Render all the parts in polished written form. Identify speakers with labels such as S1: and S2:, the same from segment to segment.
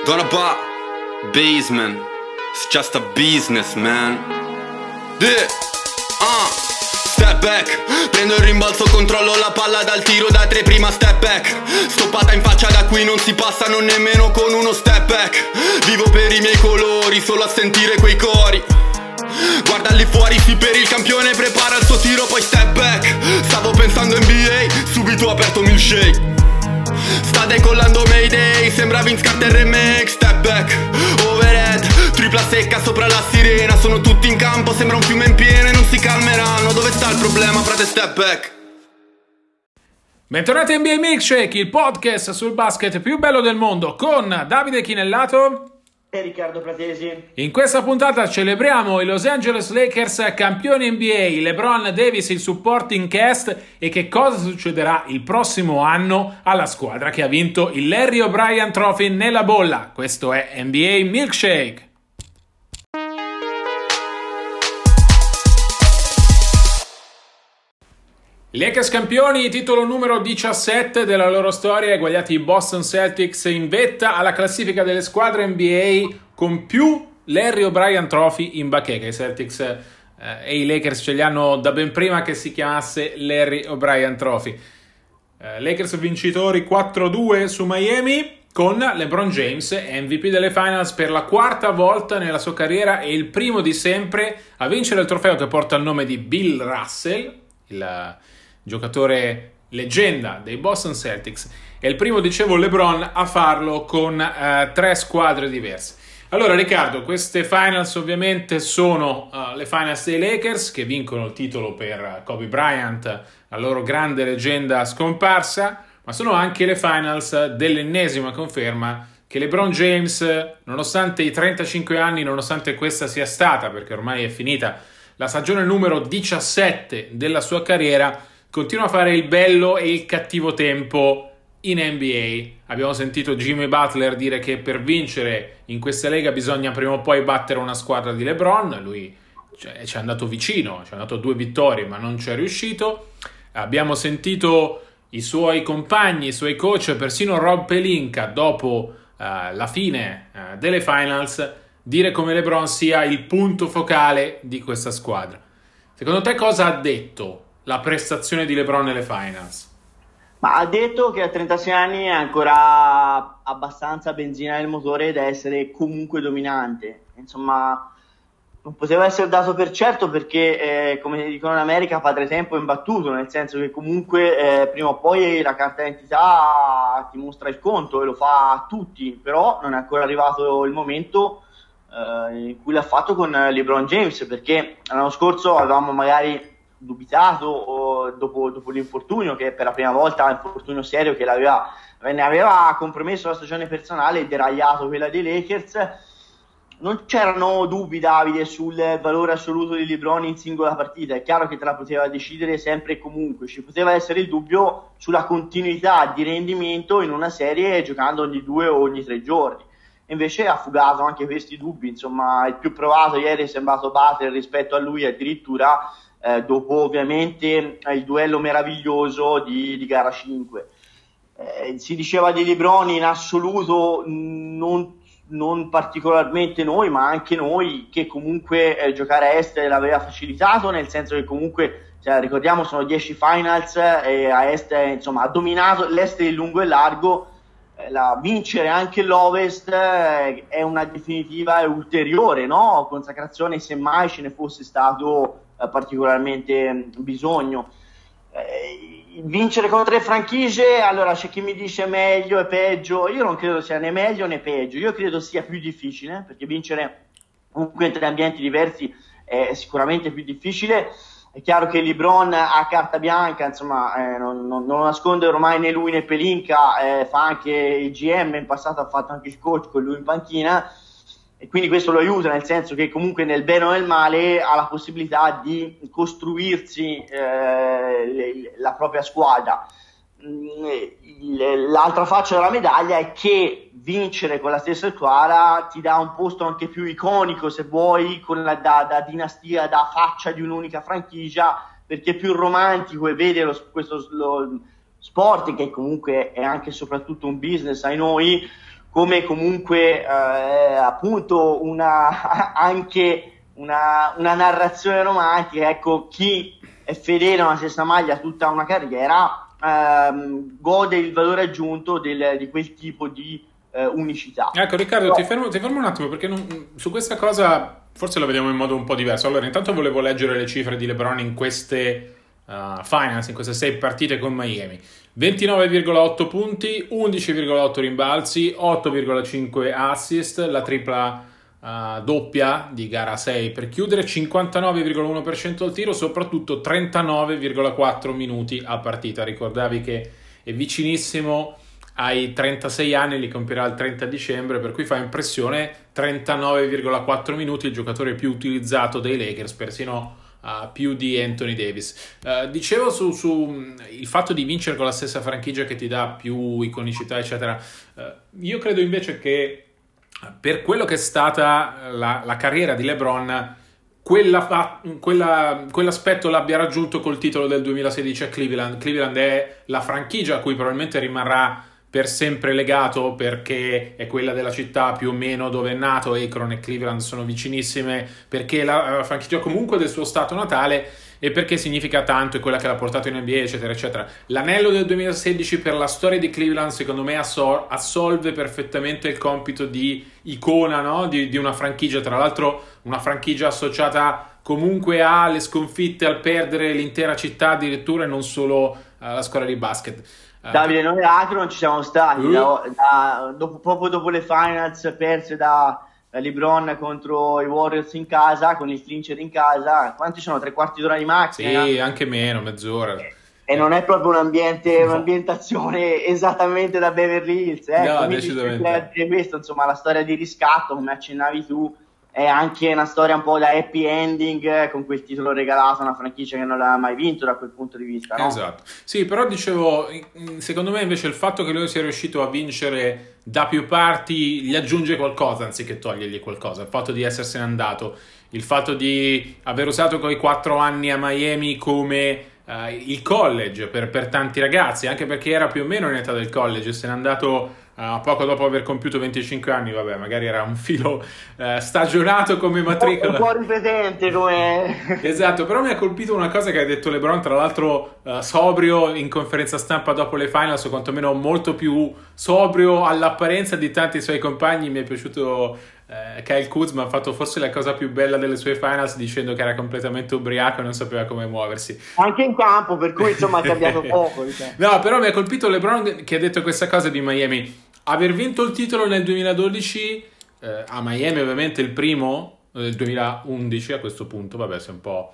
S1: Gonna buy basement. It's just a business, man. Step back, prendo il rimbalzo, controllo la palla dal tiro da tre, prima step back. Stoppata in faccia, da qui non si passa non nemmeno con uno step back. Vivo per i miei colori, solo a sentire quei cori. Guarda lì fuori, sì, per il campione, prepara il suo tiro, poi step back. Stavo pensando NBA, subito ho aperto milkshake. Sta decollando Mayday, sembra Vince Carter remake. Step back, overhead, tripla secca sopra la sirena. Sono tutti in campo, sembra un fiume in piena e non si calmeranno. Dove sta il problema, frate? Step back.
S2: Bentornati a NBA Milkshake, il podcast sul basket più bello del mondo, con Davide Chinellato
S3: e Riccardo Pratesi.
S2: In questa puntata celebriamo i Los Angeles Lakers campioni NBA, LeBron Davis il supporting cast e che cosa succederà il prossimo anno alla squadra che ha vinto il Larry O'Brien Trophy nella bolla. Questo è NBA Milkshake. I Lakers campioni, titolo numero 17 della loro storia, eguagliati i Boston Celtics in vetta alla classifica delle squadre NBA con più Larry O'Brien Trophy in bacheca. I Celtics e i Lakers ce li hanno da ben prima che si chiamasse Larry O'Brien Trophy. Lakers vincitori 4-2 su Miami con LeBron James MVP delle Finals per la quarta volta nella sua carriera e il primo di sempre a vincere il trofeo che porta il nome di Bill Russell, il giocatore leggenda dei Boston Celtics, è il primo, dicevo, LeBron a farlo con tre squadre diverse. Allora Riccardo, queste finals ovviamente sono le finals dei Lakers che vincono il titolo per Kobe Bryant, la loro grande leggenda scomparsa, ma sono anche le finals dell'ennesima conferma che LeBron James, nonostante i 35 anni, nonostante questa sia stata, perché ormai è finita, la stagione numero 17 della sua carriera, continua a fare il bello e il cattivo tempo in NBA. Abbiamo sentito Jimmy Butler dire che per vincere in questa lega bisogna prima o poi battere una squadra di LeBron. Lui ci è andato vicino, ci è andato a 2 vittorie ma non ci è riuscito. Abbiamo sentito i suoi compagni, i suoi coach, persino Rob Pelinka dopo la fine delle finals dire come LeBron sia il punto focale di questa squadra. Secondo te cosa ha detto la prestazione di LeBron nelle finals?
S3: Ma ha detto che a 36 anni è ancora abbastanza benzina nel motore da essere comunque dominante. Insomma, non poteva essere dato per certo perché, come dicono in America, padre tempo è imbattuto, nel senso che comunque prima o poi la carta d'identità ti mostra il conto e lo fa a tutti, però non è ancora arrivato il momento in cui l'ha fatto con LeBron James, perché l'anno scorso avevamo magari dubitato dopo l'infortunio, che per la prima volta un infortunio serio che ne aveva compromesso la stagione personale e deragliato quella dei Lakers. Non c'erano dubbi, Davide, sul valore assoluto di LeBron in singola partita. È chiaro che te la poteva decidere sempre e comunque, ci poteva essere il dubbio sulla continuità di rendimento in una serie giocando ogni 2 o ogni 3 giorni. Invece ha fugato anche questi dubbi. Insomma, il più provato ieri è sembrato Butler rispetto a lui, addirittura dopo ovviamente il duello meraviglioso di gara 5. Si diceva di LeBron in assoluto, non particolarmente noi, ma anche noi, che comunque giocare a est l'aveva facilitato, nel senso che comunque, ricordiamo, sono 10 finals e a est insomma ha dominato l'est in lungo e largo. Vincere anche l'Ovest è una definitiva e ulteriore, no? Consacrazione, se mai ce ne fosse stato particolarmente bisogno. Vincere con 3 franchigie, allora c'è chi mi dice meglio e peggio. Io non credo sia né meglio né peggio, io credo sia più difficile, perché vincere comunque in 3 ambienti diversi è sicuramente più difficile. È chiaro che LeBron ha carta bianca, insomma, non lo nasconde ormai né lui né Pelinka, fa anche il GM, in passato ha fatto anche il coach con lui in panchina, e quindi questo lo aiuta, nel senso che comunque nel bene o nel male ha la possibilità di costruirsi la propria squadra. L'altra faccia della medaglia è che vincere con la stessa squadra ti dà un posto anche più iconico, se vuoi, con da dinastia, da faccia di un'unica franchigia, perché è più romantico e vede questo sport, che comunque è anche e soprattutto un business ai noi, come comunque appunto anche una narrazione romantica. Ecco, chi è fedele a una stessa maglia tutta una carriera gode il valore aggiunto di quel tipo di unicità.
S2: Ecco Riccardo, ti fermo un attimo, perché su questa cosa forse la vediamo in modo un po' diverso. Allora, intanto volevo leggere le cifre di LeBron in queste finals, in queste 6 partite con Miami. 29,8 punti, 11,8 rimbalzi, 8,5 assist, la tripla doppia di gara 6 per chiudere, 59,1% al tiro, soprattutto 39,4 minuti a partita. Ricordavi che è vicinissimo ai 36 anni, li compierà il 30 dicembre, per cui fa impressione. 39,4 minuti, il giocatore più utilizzato dei Lakers, persino più di Anthony Davis. Dicevo su il fatto di vincere con la stessa franchigia che ti dà più iconicità eccetera. Io credo invece che per quello che è stata la carriera di LeBron, quell'aspetto l'abbia raggiunto col titolo del 2016 a Cleveland. Cleveland è la franchigia a cui probabilmente rimarrà per sempre legato, perché è quella della città più o meno dove è nato. Akron e Cleveland sono vicinissime, perché è la franchigia comunque del suo stato natale e perché significa tanto, è quella che l'ha portato in NBA eccetera eccetera. L'anello del 2016 per la storia di Cleveland secondo me assolve perfettamente il compito di icona, no? di una franchigia, tra l'altro una franchigia associata comunque alle sconfitte, al perdere l'intera città addirittura, e non solo la squadra di basket.
S3: Davide, noi a Akron ci siamo stati proprio dopo le finals perse da LeBron contro i Warriors in casa, con il clincher in casa. Quanti sono? 3/4 d'ora di macchina?
S2: Sì, anche meno, mezz'ora.
S3: E non è proprio un'ambientazione esattamente da Beverly Hills.
S2: No, decisamente.
S3: Questo, insomma, la storia di riscatto, come accennavi tu, è anche una storia un po' da happy ending, con quel titolo regalato a una franchigia che non l'ha mai vinto da quel punto di vista, no?
S2: Esatto. Sì, però dicevo, secondo me invece il fatto che lui sia riuscito a vincere da più parti gli aggiunge qualcosa anziché togliergli qualcosa. Il fatto di essersene andato, il fatto di aver usato quei 4 anni a Miami come il college per tanti ragazzi, anche perché era più o meno in età del college, se n'è andato poco dopo aver compiuto 25 anni. Vabbè, magari era un filo stagionato come matricola,
S3: un po' ripetente come...
S2: Esatto, però mi ha colpito una cosa che ha detto LeBron, tra l'altro sobrio in conferenza stampa dopo le finals, o quantomeno molto più sobrio all'apparenza di tanti suoi compagni. Mi è piaciuto Kyle Kuzma, ha fatto forse la cosa più bella delle sue finals, dicendo che era completamente ubriaco e non sapeva come muoversi
S3: anche in campo, per cui insomma ha cambiato poco, diciamo.
S2: No, però mi ha colpito LeBron che ha detto questa cosa di Miami. Aver vinto il titolo nel 2012 a Miami, ovviamente il primo nel 2011 a questo punto, vabbè, sei un po'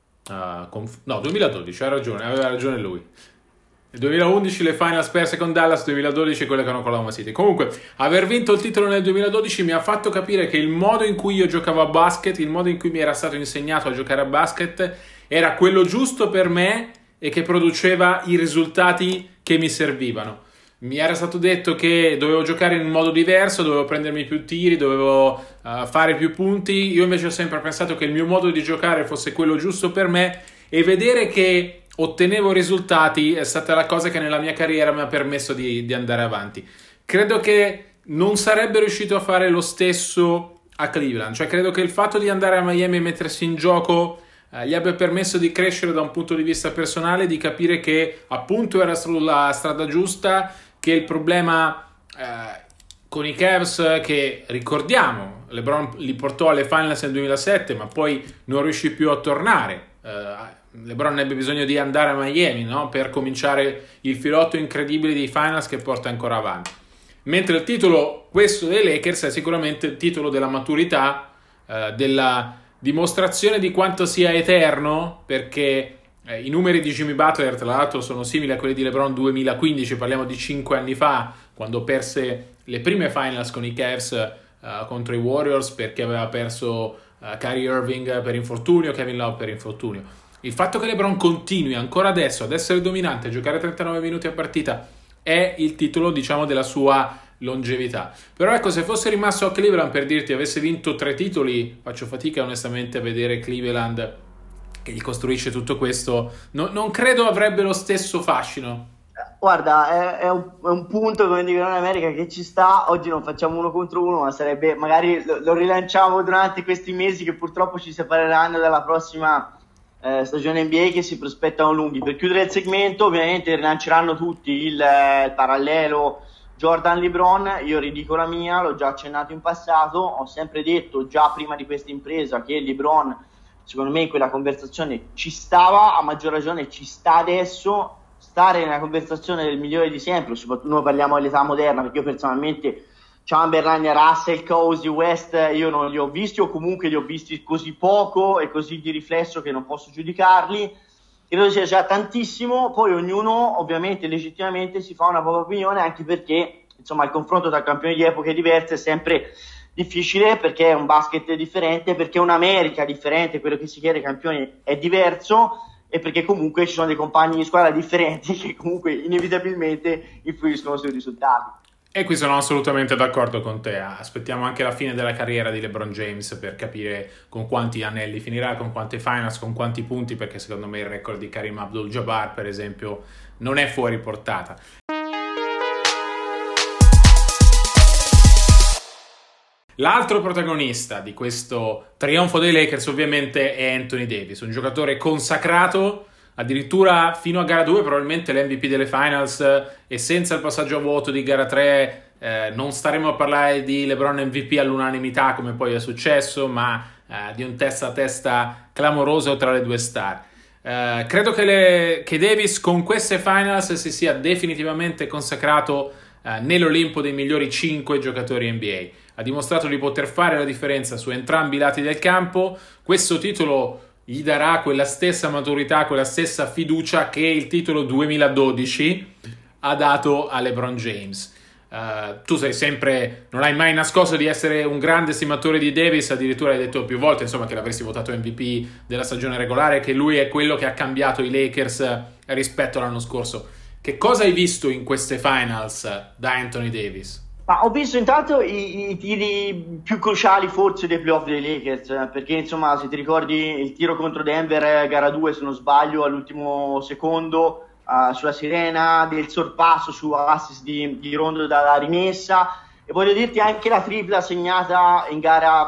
S2: no, 2012, aveva ragione lui. Nel 2011 le finals perse con Dallas, 2012 quelle con Oklahoma City. Comunque, aver vinto il titolo nel 2012 mi ha fatto capire che il modo in cui io giocavo a basket, il modo in cui mi era stato insegnato a giocare a basket, era quello giusto per me e che produceva i risultati che mi servivano. Mi era stato detto che dovevo giocare in un modo diverso, dovevo prendermi più tiri, dovevo fare più punti. Io invece ho sempre pensato che il mio modo di giocare fosse quello giusto per me, e vedere che ottenevo risultati è stata la cosa che nella mia carriera mi ha permesso di andare avanti. Credo che non sarebbe riuscito a fare lo stesso a Cleveland, cioè credo che il fatto di andare a Miami e mettersi in gioco gli abbia permesso di crescere da un punto di vista personale, di capire che appunto era sulla strada giusta, che il problema con i Cavs, che ricordiamo LeBron li portò alle finals nel 2007 ma poi non riuscì più a tornare. LeBron ebbe bisogno di andare a Miami, no? Per cominciare il filotto incredibile dei finals che porta ancora avanti. Mentre il titolo, questo dei Lakers, è sicuramente il titolo della maturità, della dimostrazione di quanto sia eterno, perché i numeri di Jimmy Butler tra l'altro sono simili a quelli di LeBron 2015, parliamo di 5 anni fa, quando perse le prime finals con i Cavs contro i Warriors, perché aveva perso Kyrie Irving per infortunio, Kevin Love per infortunio. Il fatto che LeBron continui ancora adesso ad essere dominante, a giocare 39 minuti a partita, è il titolo, diciamo, della sua longevità. Però ecco, se fosse rimasto a Cleveland, per dirti, avesse vinto 3 titoli, faccio fatica onestamente a vedere Cleveland che gli costruisce tutto questo. Non credo avrebbe lo stesso fascino.
S3: Guarda, è un punto, come dicono in America, che ci sta. Oggi non facciamo uno contro uno, ma sarebbe, magari lo rilanciamo durante questi mesi che purtroppo ci separeranno dalla prossima stagione NBA, che si prospettano lunghi. Per chiudere il segmento, ovviamente rilanceranno tutti il parallelo Jordan-LeBron. Io ridico la mia, l'ho già accennato in passato, ho sempre detto già prima di questa impresa che LeBron, secondo me, in quella conversazione ci stava, a maggior ragione ci sta adesso. Stare nella conversazione del migliore di sempre, soprattutto noi parliamo dell'età moderna, perché io personalmente Chamberlain, Russell, Cousy, West, io non li ho visti, o comunque li ho visti così poco e così di riflesso che non posso giudicarli. Credo sia già tantissimo. Poi ognuno ovviamente legittimamente si fa una propria opinione, anche perché insomma il confronto tra campioni di epoche diverse è sempre difficile, perché è un basket differente, perché è un'America differente, quello che si chiede ai campioni è diverso, e perché comunque ci sono dei compagni di squadra differenti che comunque inevitabilmente influiscono sui risultati.
S2: E qui sono assolutamente d'accordo con te. Aspettiamo anche la fine della carriera di LeBron James per capire con quanti anelli finirà, con quante finals, con quanti punti, perché secondo me il record di Kareem Abdul-Jabbar, per esempio, non è fuori portata. L'altro protagonista di questo trionfo dei Lakers ovviamente è Anthony Davis, un giocatore consacrato, addirittura fino a gara 2 probabilmente l'MVP delle finals, e senza il passaggio a vuoto di gara 3 non staremo a parlare di LeBron MVP all'unanimità come poi è successo, ma di un testa a testa clamoroso tra le due star. Credo che Davis con queste finals si sia definitivamente consacrato nell'Olimpo dei migliori 5 giocatori NBA. Ha dimostrato di poter fare la differenza su entrambi i lati del campo. Questo titolo gli darà quella stessa maturità, quella stessa fiducia che il titolo 2012 ha dato a LeBron James. Tu sei sempre, non hai mai nascosto di essere un grande stimatore di Davis, addirittura hai detto più volte insomma che l'avresti votato MVP della stagione regolare, che lui è quello che ha cambiato i Lakers rispetto all'anno scorso. Che cosa hai visto in queste finals da Anthony Davis?
S3: Ma ho visto intanto i tiri più cruciali forse dei playoff dei Lakers, perché insomma se ti ricordi il tiro contro Denver, gara 2 se non sbaglio all'ultimo secondo, sulla sirena, del sorpasso su assist di Rondo dalla rimessa, e voglio dirti anche la tripla segnata in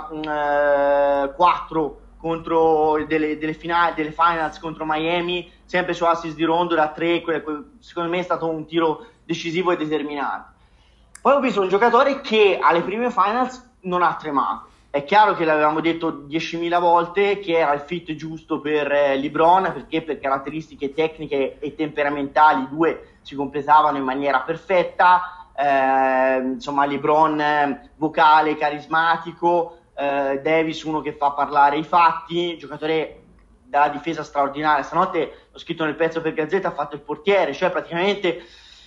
S3: gara 4 contro delle finals contro Miami, sempre su assist di Rondo da 3, secondo me è stato un tiro decisivo e determinante. Poi ho visto un giocatore che alle prime finals non ha tremato. È chiaro che l'avevamo detto 10.000 volte che era il fit giusto per LeBron, perché per caratteristiche tecniche e temperamentali i due si completavano in maniera perfetta. Insomma, LeBron vocale, carismatico, Davis uno che fa parlare i fatti, giocatore dalla difesa straordinaria. Stanotte ho scritto nel pezzo per Gazzetta, ha fatto il portiere, cioè praticamente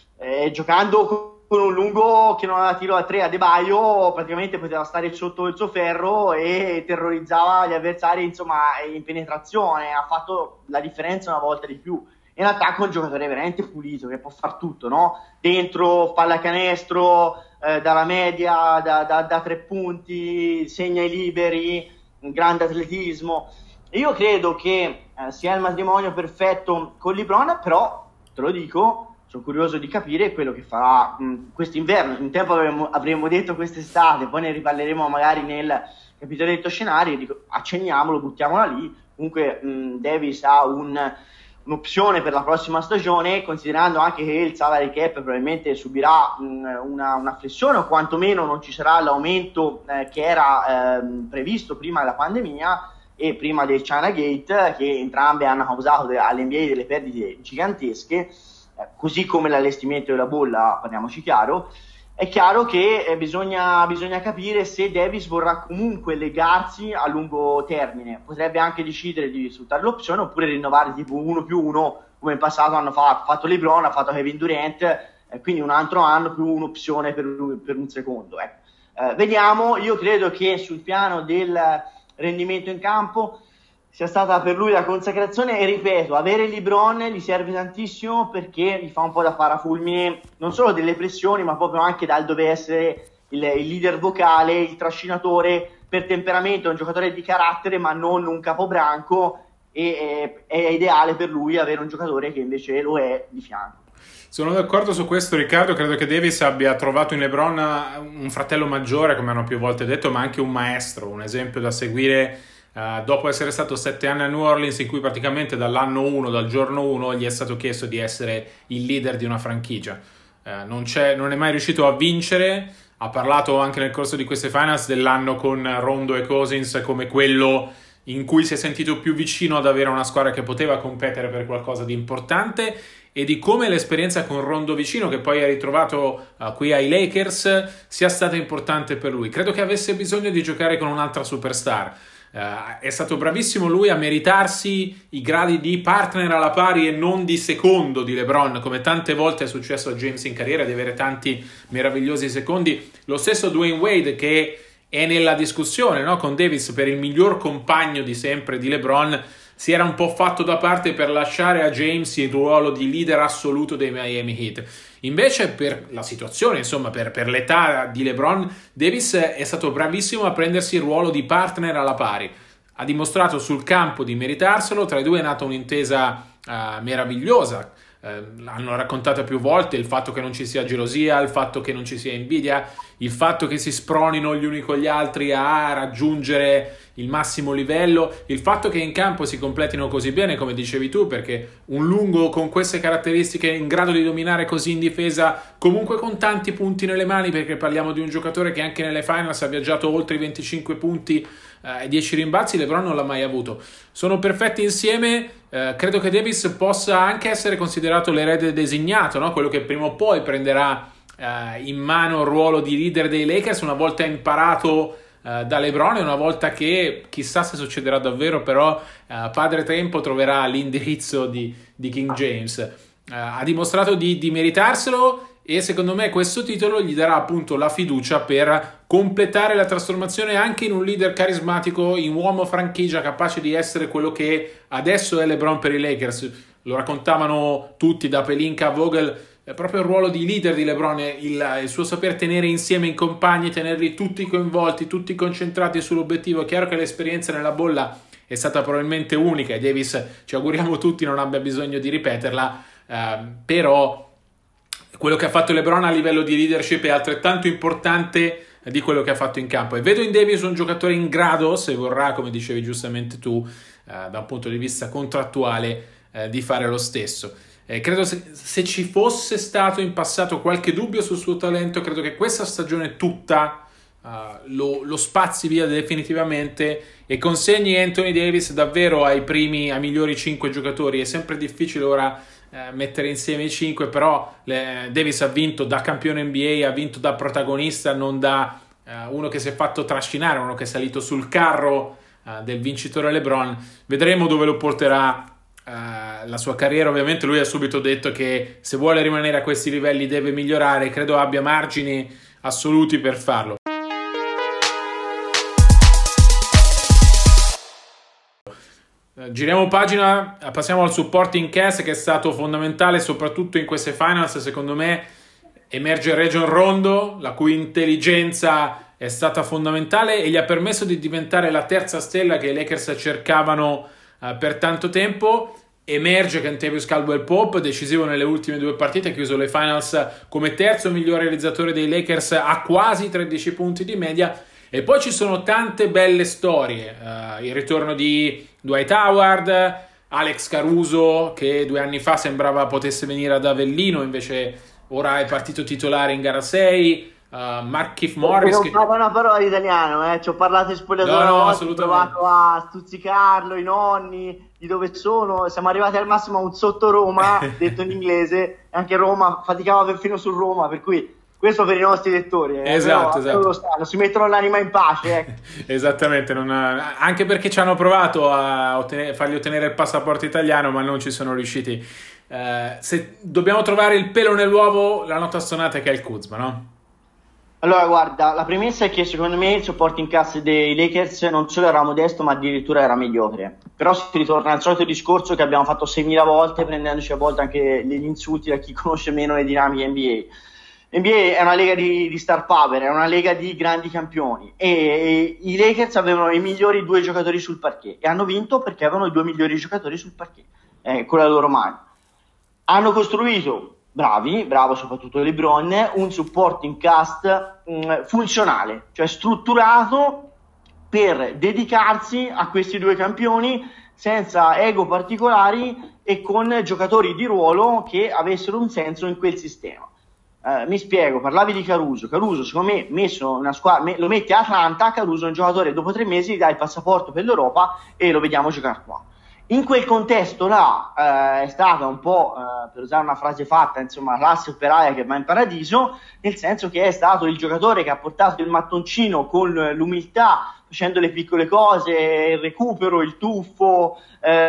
S3: giocando con un lungo che non aveva tiro a 3 a Adebayo, praticamente poteva stare sotto il suo ferro e terrorizzava gli avversari, insomma, in penetrazione. Ha fatto la differenza una volta di più. In attacco è un giocatore veramente pulito, che può far tutto, no? Dentro, pallacanestro, dalla media, da 3 punti, segna i liberi, un grande atletismo. Io credo che sia il matrimonio perfetto con LeBron, però, te lo dico, sono curioso di capire quello che farà quest'inverno. Un tempo avremmo detto quest'estate, poi ne riparleremo magari nel capitolo detto scenario, dico, accenniamolo, buttiamola lì. Comunque Davis ha un'opzione per la prossima stagione, considerando anche che il salary cap probabilmente subirà una flessione, o quantomeno non ci sarà l'aumento che era previsto prima della pandemia e prima del China Gate, che entrambe hanno causato all'NBA delle perdite gigantesche. Così come l'allestimento della bolla, parliamoci chiaro. È chiaro che bisogna capire se Davis vorrà comunque legarsi a lungo termine. Potrebbe anche decidere di sfruttare l'opzione, oppure rinnovare tipo 1+1, come in passato hanno fatto LeBron, ha fatto Kevin Durant, quindi un altro anno più un'opzione per un secondo. Vediamo. Io credo che sul piano del rendimento in campo sia stata per lui la consacrazione, e ripeto, avere LeBron gli serve tantissimo, perché gli fa un po' da parafulmine non solo delle pressioni, ma proprio anche dal dove essere il leader vocale, il trascinatore. Per temperamento è un giocatore di carattere, ma non un capobranco, e è ideale per lui avere un giocatore che invece lo è di fianco.
S2: Sono d'accordo su questo, Riccardo. Credo che Davis abbia trovato in LeBron un fratello maggiore, come hanno più volte detto, ma anche un maestro, un esempio da seguire. Dopo essere stato 7 anni a New Orleans, in cui praticamente dall'anno 1, dal giorno 1, gli è stato chiesto di essere il leader di una franchigia. Non è mai riuscito a vincere. Ha parlato anche nel corso di queste finals dell'anno con Rondo e Cousins come quello in cui si è sentito più vicino ad avere una squadra che poteva competere per qualcosa di importante, e di come l'esperienza con Rondo vicino, che poi ha ritrovato qui ai Lakers, sia stata importante per lui. Credo che avesse bisogno di giocare con un'altra superstar. È stato bravissimo lui a meritarsi i gradi di partner alla pari e non di secondo di LeBron, come tante volte è successo a James in carriera, di avere tanti meravigliosi secondi. Lo stesso Dwayne Wade, che è nella discussione, no, con Davis per il miglior compagno di sempre di LeBron, si era un po' fatto da parte per lasciare a James il ruolo di leader assoluto dei Miami Heat. Invece, per la situazione, insomma, per l'età di LeBron, Davis è stato bravissimo a prendersi il ruolo di partner alla pari. Ha dimostrato sul campo di meritarselo. Tra i due è nata un'intesa meravigliosa. Hanno raccontato più volte il fatto che non ci sia gelosia, il fatto che non ci sia invidia, il fatto che si spronino gli uni con gli altri a raggiungere il massimo livello, il fatto che in campo si completino così bene, come dicevi tu, perché un lungo con queste caratteristiche in grado di dominare così in difesa, comunque con tanti punti nelle mani, perché parliamo di un giocatore che anche nelle finals ha viaggiato oltre i 25 punti e 10 rimbalzi, LeBron non l'ha mai avuto. Sono perfetti insieme. Credo che Davis possa anche essere considerato l'erede designato, no? Quello che prima o poi prenderà in mano il ruolo di leader dei Lakers una volta imparato da LeBron, e una volta che, chissà se succederà davvero, però padre tempo troverà l'indirizzo di King James. Ha dimostrato di meritarselo, e secondo me questo titolo gli darà appunto la fiducia per completare la trasformazione anche in un leader carismatico, in uomo franchigia capace di essere quello che adesso è LeBron per i Lakers. Lo raccontavano tutti, da Pelinka a Vogel, proprio il ruolo di leader di LeBron, il suo saper tenere insieme i compagni, tenerli tutti coinvolti, tutti concentrati sull'obiettivo. È chiaro che l'esperienza nella bolla è stata probabilmente unica, e Davis, ci auguriamo tutti, non abbia bisogno di ripeterla, però quello che ha fatto LeBron a livello di leadership è altrettanto importante di quello che ha fatto in campo, e vedo in Davis un giocatore in grado, se vorrà, come dicevi giustamente tu, da un punto di vista contrattuale, di fare lo stesso. Credo se ci fosse stato in passato qualche dubbio sul suo talento, credo che questa stagione tutta lo spazi via definitivamente e consegni Anthony Davis davvero ai migliori 5 giocatori. È sempre difficile ora mettere insieme i 5, però Davis ha vinto da campione NBA, ha vinto da protagonista, non da uno che si è fatto trascinare, uno che è salito sul carro del vincitore LeBron. Vedremo dove lo porterà la sua carriera. Ovviamente lui ha subito detto che se vuole rimanere a questi livelli deve migliorare, credo abbia margini assoluti per farlo. Giriamo pagina, passiamo al supporting cast, che è stato fondamentale soprattutto in queste finals. Secondo me emerge Rajon Rondo, la cui intelligenza è stata fondamentale e gli ha permesso di diventare la terza stella che i Lakers cercavano per tanto tempo. Emerge Kentavious Caldwell-Pope, decisivo nelle ultime 2 partite, ha chiuso le finals come terzo miglior realizzatore dei Lakers a quasi 13 punti di media. E poi ci sono tante belle storie, il ritorno di Dwight Howard, Alex Caruso, che 2 anni fa sembrava potesse venire ad Avellino, invece ora è partito titolare in gara 6, Markieff Morris.
S3: Non parla una parola di italiano, ci ho parlato in spogliatoio, ho provato a stuzzicarlo, i nonni, di dove sono, siamo arrivati al massimo a un sotto Roma, detto in inglese, e anche Roma faticava perfino su Roma, per cui questo per i nostri lettori,
S2: esatto.
S3: Si mettono l'anima in pace.
S2: Esattamente, anche perché ci hanno provato a fargli ottenere il passaporto italiano, ma non ci sono riusciti. Se dobbiamo trovare il pelo nell'uovo, la nota stonata che è il Kuzma, no?
S3: Allora, guarda, la premessa è che secondo me il supporting cast dei Lakers non solo era modesto, ma addirittura era mediocre. Però si ritorna al solito discorso che abbiamo fatto 6.000 volte, prendendoci a volte anche gli insulti da chi conosce meno le dinamiche NBA. NBA è una lega di star power, è una lega di grandi campioni, e i Lakers avevano i migliori 2 giocatori sul parquet e hanno vinto perché avevano i 2 migliori giocatori sul parquet con la loro mano. Hanno costruito bravo soprattutto LeBron, un supporting cast funzionale, cioè strutturato per dedicarsi a questi due campioni senza ego particolari e con giocatori di ruolo che avessero un senso in quel sistema. Mi spiego, parlavi di Caruso, secondo me messo una squadra, lo metti a Atlanta, Caruso è un giocatore, dopo 3 mesi gli dai il passaporto per l'Europa e lo vediamo giocare qua. In quel contesto là è stata un po', per usare una frase fatta, insomma, classe operaia che va in paradiso, nel senso che è stato il giocatore che ha portato il mattoncino con l'umiltà, facendo le piccole cose, il recupero, il tuffo,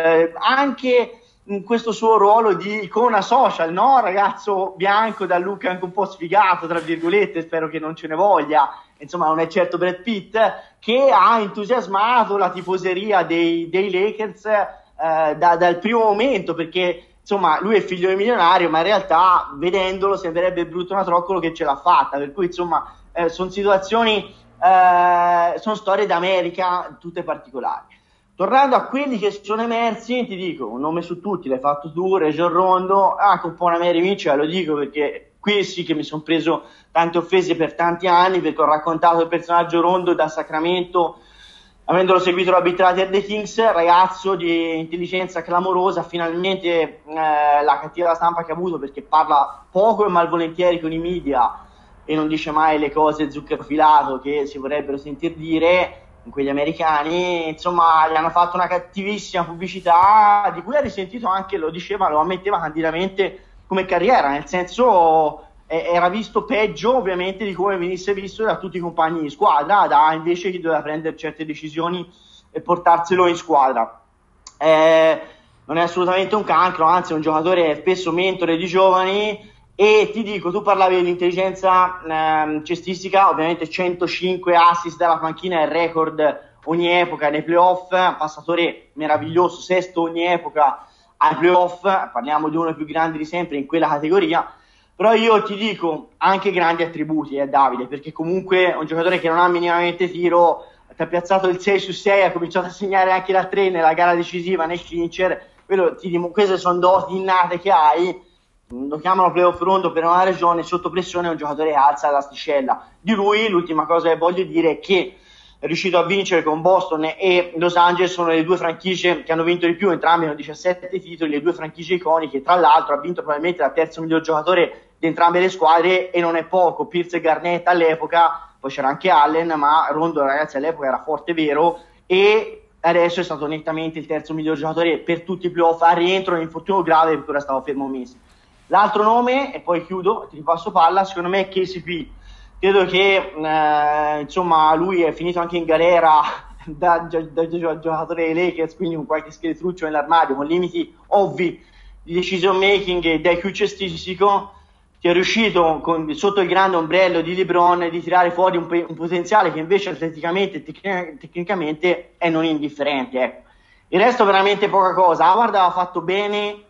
S3: anche in questo suo ruolo di icona social, no? Ragazzo bianco da look anche un po' sfigato, tra virgolette, spero che non ce ne voglia, insomma non è certo Brad Pitt, che ha entusiasmato la tifoseria dei Lakers dal primo momento, perché insomma lui è figlio di milionario, ma in realtà vedendolo sembrerebbe brutto matroccolo che ce l'ha fatta, per cui insomma sono situazioni, sono storie d'America tutte particolari. Tornando a quelli che sono emersi, ti dico un nome su tutti, l'hai fatto tu, Rajon Rondo, anche un po' una Mary Mitchell, lo dico perché qui sì che mi sono preso tante offese per tanti anni, perché ho raccontato il personaggio Rondo da Sacramento, avendolo seguito l'arbitrato dei Kings, ragazzo di intelligenza clamorosa, finalmente la cattiva stampa che ha avuto, perché parla poco e malvolentieri con i media e non dice mai le cose zuccherofilato che si vorrebbero sentir dire in quegli americani, insomma gli hanno fatto una cattivissima pubblicità di cui ha risentito anche, lo diceva, lo ammetteva candidamente come carriera, nel senso era visto peggio ovviamente di come venisse visto da tutti i compagni di squadra, da invece chi doveva prendere certe decisioni e portarselo in squadra. Non è assolutamente un cancro, anzi è un giocatore spesso mentore di giovani. E ti dico, tu parlavi dell'intelligenza cestistica, ovviamente 105 assist dalla panchina è il record ogni epoca nei playoff, passatore meraviglioso, sesto ogni epoca ai playoff, parliamo di uno dei più grandi di sempre in quella categoria, però io ti dico anche grandi attributi, Davide, perché comunque è un giocatore che non ha minimamente tiro, ti ha piazzato il 6/6, ha cominciato a segnare anche da 3 nella gara decisiva, nel clincher, queste sono doti innate che hai. Lo chiamano playoff Rondo per una ragione, sotto pressione è un giocatore che alza l'asticella. Di lui l'ultima cosa che voglio dire è che è riuscito a vincere con Boston e Los Angeles, sono le due franchigie che hanno vinto di più, entrambi hanno 17 titoli, le due franchigie iconiche, tra l'altro ha vinto probabilmente il terzo miglior giocatore di entrambe le squadre e non è poco. Pierce e Garnett all'epoca, poi c'era anche Allen, ma Rondo ragazzi all'epoca era forte vero, e adesso è stato nettamente il terzo miglior giocatore per tutti i playoff, a rientro in infortunio grave perché ora stava fermo mesi. L'altro nome, e poi chiudo, ti ripasso palla, secondo me è KCP. Credo che insomma lui è finito anche in galera da giocatore dei Lakers, quindi con qualche scheletruccio nell'armadio, con limiti ovvi di decision making e di IQ cestistico, che è riuscito sotto il grande ombrello di LeBron di tirare fuori un potenziale che invece atleticamente e tecnicamente è non indifferente. Ecco. Il resto veramente poca cosa. Howard aveva fatto bene,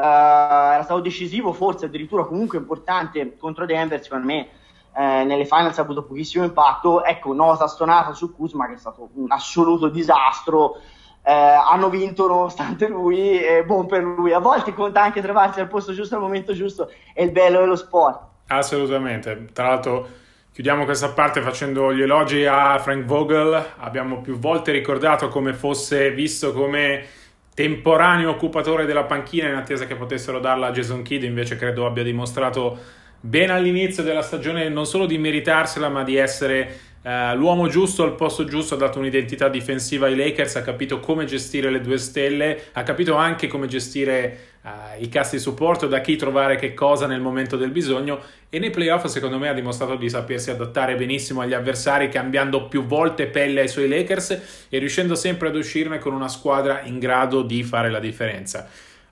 S3: era stato decisivo, forse addirittura comunque importante contro Denver, secondo me nelle finals ha avuto pochissimo impatto. Ecco, nota stonata su Kuzma che è stato un assoluto disastro. Hanno vinto nonostante lui, buon per lui, a volte conta anche trovarsi al posto giusto al momento giusto, è il bello dello sport.
S2: Assolutamente. Tra l'altro chiudiamo questa parte facendo gli elogi a Frank Vogel. Abbiamo più volte ricordato come fosse visto come temporaneo occupatore della panchina in attesa che potessero darla a Jason Kidd, invece credo abbia dimostrato bene all'inizio della stagione non solo di meritarsela ma di essere l'uomo giusto al posto giusto, ha dato un'identità difensiva ai Lakers, ha capito come gestire le due stelle, ha capito anche come gestire i cast di supporto, da chi trovare che cosa nel momento del bisogno, e nei playoff secondo me ha dimostrato di sapersi adattare benissimo agli avversari, cambiando più volte pelle ai suoi Lakers e riuscendo sempre ad uscirne con una squadra in grado di fare la differenza.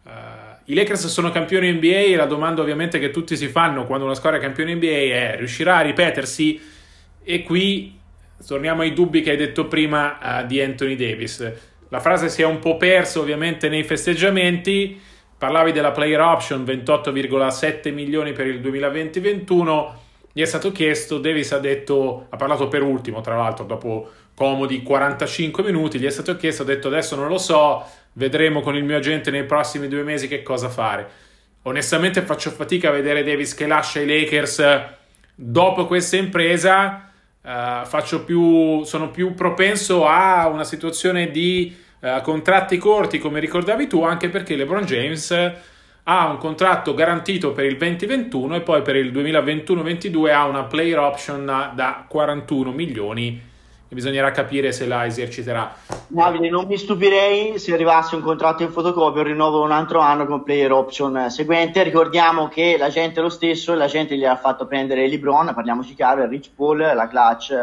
S2: I Lakers sono campioni NBA e la domanda ovviamente che tutti si fanno quando una squadra è campione NBA è: riuscirà a ripetersi? E qui torniamo ai dubbi che hai detto prima di Anthony Davis. La frase si è un po' persa ovviamente nei festeggiamenti, parlavi della player option 28,7 milioni per il 2020-21, gli è stato chiesto, Davis ha parlato per ultimo tra l'altro dopo comodi 45 minuti, gli è stato chiesto, ha detto adesso non lo so, vedremo con il mio agente nei prossimi 2 mesi che cosa fare. onestamente faccio fatica a vedere Davis che lascia i Lakers dopo questa impresa. Sono più propenso a una situazione di contratti corti, come ricordavi tu, anche perché LeBron James ha un contratto garantito per il 2021 e poi per il 2021-22 ha una player option da 41 milioni e bisognerà capire se la eserciterà.
S3: Davide, non mi stupirei se arrivasse un contratto in fotocopia o rinnovo un altro anno con player option seguente. Ricordiamo che l'agente è lo stesso, l'agente gli ha fatto prendere LeBron, parliamoci chiaro, è Rich Paul, la Clutch,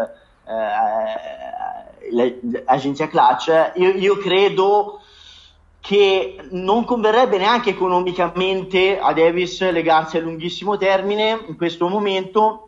S3: l'agenzia Clutch. Io credo che non converrebbe neanche economicamente a Davis legarsi a lunghissimo termine in questo momento.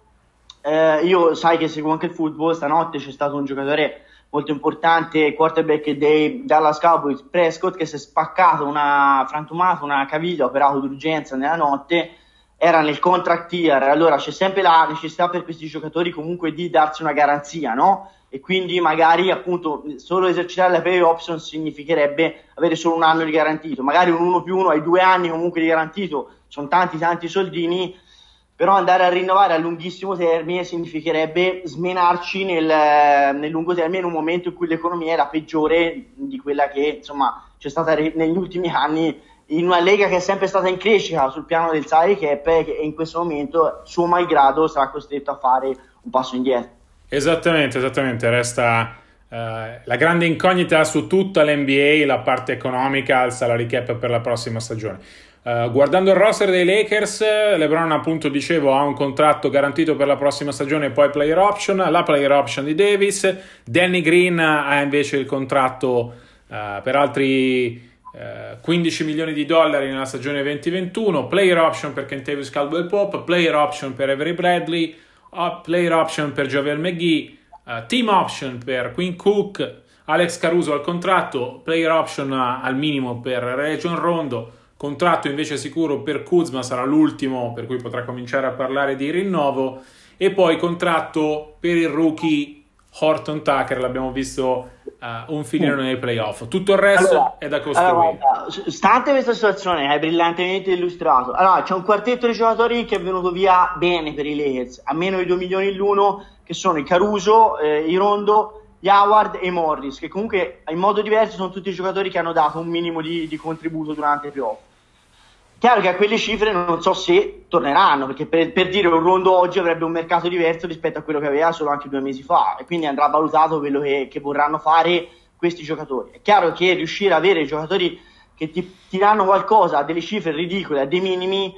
S3: Io sai che seguo anche il football, stanotte c'è stato un giocatore molto importante, quarterback dei Dallas Cowboys, Prescott, che si è spaccato frantumato una caviglia, operato d'urgenza nella notte, era nel contract year. Allora c'è sempre la necessità per questi giocatori comunque di darsi una garanzia, no? E quindi magari appunto solo esercitare la player option significherebbe avere solo un anno di garantito, magari un 1+1 ai 2 anni comunque di garantito, sono tanti soldini, però andare a rinnovare a lunghissimo termine significherebbe smenarci nel lungo termine in un momento in cui l'economia era peggiore di quella che insomma c'è stata negli ultimi anni in una lega che è sempre stata in crescita sul piano del salary cap e in questo momento suo malgrado sarà costretto a fare un passo indietro.
S2: Esattamente, resta la grande incognita su tutta l'NBA, la parte economica, il salary cap per la prossima stagione. Guardando il roster dei Lakers, LeBron appunto dicevo ha un contratto garantito per la prossima stagione e poi player option, la player option di Davis. Danny Green ha invece il contratto per altri $15 milioni nella stagione 2021, player option per Kentavious Caldwell-Pope, player option per Avery Bradley, player option per JaVale McGee, team option per Quinn Cook, Alex Caruso al contratto, player option al minimo per Rajon Rondo, contratto invece sicuro per Kuzma, sarà l'ultimo per cui potrà cominciare a parlare di rinnovo, e poi contratto per il rookie Horton Tucker, l'abbiamo visto un filino nei playoff. Tutto il resto è da costruire.
S3: Stante questa situazione hai brillantemente illustrato. Allora, c'è un quartetto di giocatori che è venuto via bene per i Lakers, a meno di 2 milioni l'uno, che sono i Caruso, i Rondo, gli Howard e i Morris, che comunque in modo diverso sono tutti giocatori che hanno dato un minimo di contributo durante i playoff. Chiaro che a quelle cifre non so se torneranno, perché per dire un Rondo oggi avrebbe un mercato diverso rispetto a quello che aveva solo anche 2 mesi fa, e quindi andrà valutato quello che vorranno fare questi giocatori. È chiaro che riuscire ad avere giocatori che ti danno qualcosa a delle cifre ridicole, a dei minimi,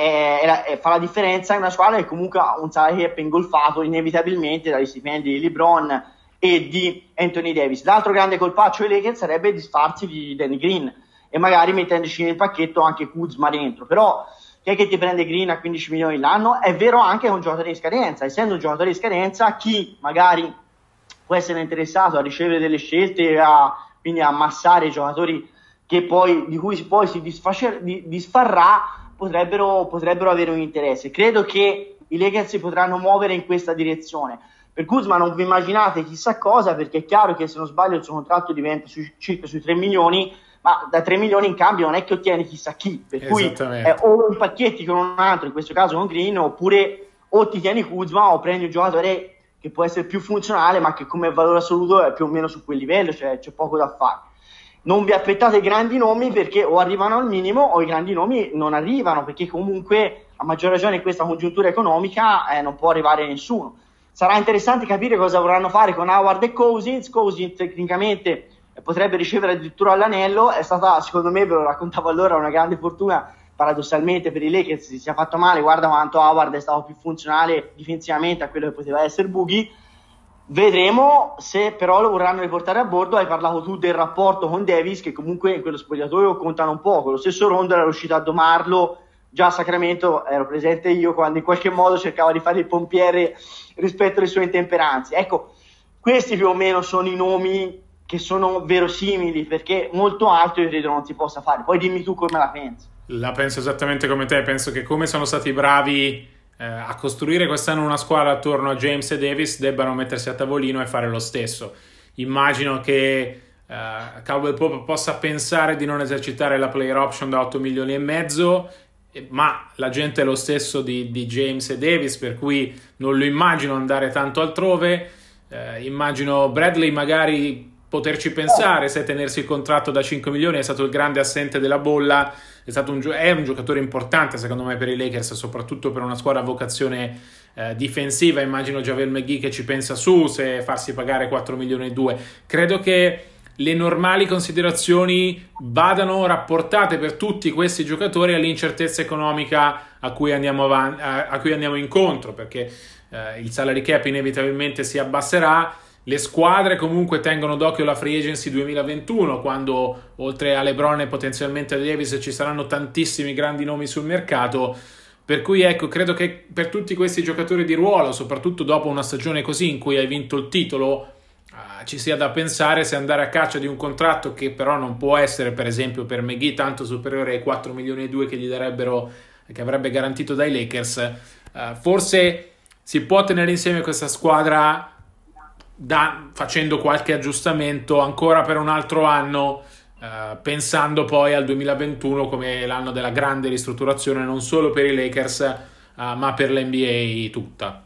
S3: fa la differenza in una squadra che comunque ha un salary cap ingolfato inevitabilmente dagli stipendi di LeBron e di Anthony Davis. L'altro grande colpaccio dei Lakers sarebbe disfarsi di Danny Green e magari mettendoci nel pacchetto anche Kuzma dentro, però chi è che ti prende Green a 15 milioni l'anno? È vero anche che è un giocatore di scadenza, essendo un giocatore di scadenza chi magari può essere interessato a ricevere delle scelte, quindi a ammassare i giocatori che poi, di cui poi si disfarrà, potrebbero avere un interesse. Credo che i Lakers si potranno muovere in questa direzione. Per Kuzma non vi immaginate chissà cosa, perché è chiaro che se non sbaglio il suo contratto diventa circa sui 3 milioni, ma da 3 milioni in cambio non è che ottieni chissà chi, per cui o in pacchetti con un altro, in questo caso con Green, oppure o ti tieni Kuzma o prendi un giocatore che può essere più funzionale ma che come valore assoluto è più o meno su quel livello, cioè c'è poco da fare. Non vi aspettate grandi nomi, perché o arrivano al minimo o i grandi nomi non arrivano, perché comunque a maggior ragione in questa congiuntura economica non può arrivare nessuno. Sarà interessante capire cosa vorranno fare con Howard e Cousins. Cousins tecnicamente potrebbe ricevere addirittura l'anello, è stata, secondo me, ve lo raccontavo allora, una grande fortuna paradossalmente per i Lakers, si sia fatto male. Guarda quanto Howard è stato più funzionale difensivamente a quello che poteva essere Boogie. Vedremo se però lo vorranno riportare a bordo. Hai parlato tu del rapporto con Davis, che comunque in quello spogliatoio contano un poco. Lo stesso Rondo era riuscito a domarlo già a Sacramento, ero presente io quando in qualche modo cercava di fare il pompiere rispetto alle sue intemperanze. Ecco, questi più o meno sono i nomi che sono verosimili, perché molto altro io credo non si possa fare. Poi dimmi tu come la pensi.
S2: La penso esattamente come te, penso che come sono stati bravi a costruire quest'anno una squadra attorno a James e Davis, debbano mettersi a tavolino e fare lo stesso. Immagino che Caldwell-Pope possa pensare di non esercitare la player option da 8 milioni e mezzo, ma la gente è lo stesso di James e Davis, per cui non lo immagino andare tanto altrove. Immagino Bradley magari poterci pensare se tenersi il contratto da 5 milioni, è stato il grande assente della bolla, è un giocatore importante secondo me per i Lakers, soprattutto per una squadra a vocazione difensiva. Immagino Javel McGee che ci pensa su se farsi pagare 4 milioni e 2. Credo che le normali considerazioni vadano rapportate per tutti questi giocatori all'incertezza economica a cui andiamo incontro, perché il salary cap inevitabilmente si abbasserà. Le squadre comunque tengono d'occhio la free agency 2021, quando oltre a LeBron e potenzialmente a Davis ci saranno tantissimi grandi nomi sul mercato, per cui ecco, credo che per tutti questi giocatori di ruolo, soprattutto dopo una stagione così in cui hai vinto il titolo, ci sia da pensare se andare a caccia di un contratto che però non può essere, per esempio per McGee, tanto superiore ai 4 milioni e 2 che gli darebbero, che avrebbe garantito dai Lakers. Forse si può tenere insieme questa squadra facendo qualche aggiustamento ancora per un altro anno, pensando poi al 2021 come l'anno della grande ristrutturazione, non solo per i Lakers ma per l'NBA tutta.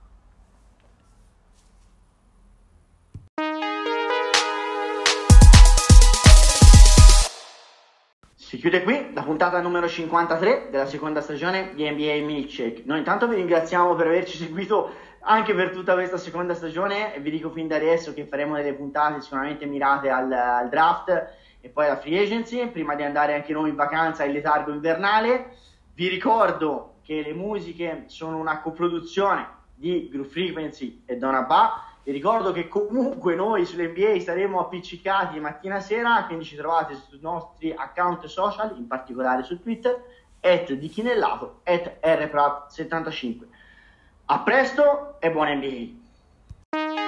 S3: Si chiude qui la puntata numero 53 della seconda stagione di NBA Milkshake. Noi intanto vi ringraziamo per averci seguito anche per tutta questa seconda stagione, e vi dico fin da adesso che faremo delle puntate sicuramente mirate al draft e poi alla free agency, prima di andare anche noi in vacanza in letargo invernale. Vi ricordo che le musiche sono una coproduzione di Groove Frequency e Don Abba. Vi ricordo che comunque noi sull'NBA saremo appiccicati mattina sera, quindi ci trovate sui nostri account social, in particolare su Twitter, @dichinellato, @rprat75. A presto e buon NBA!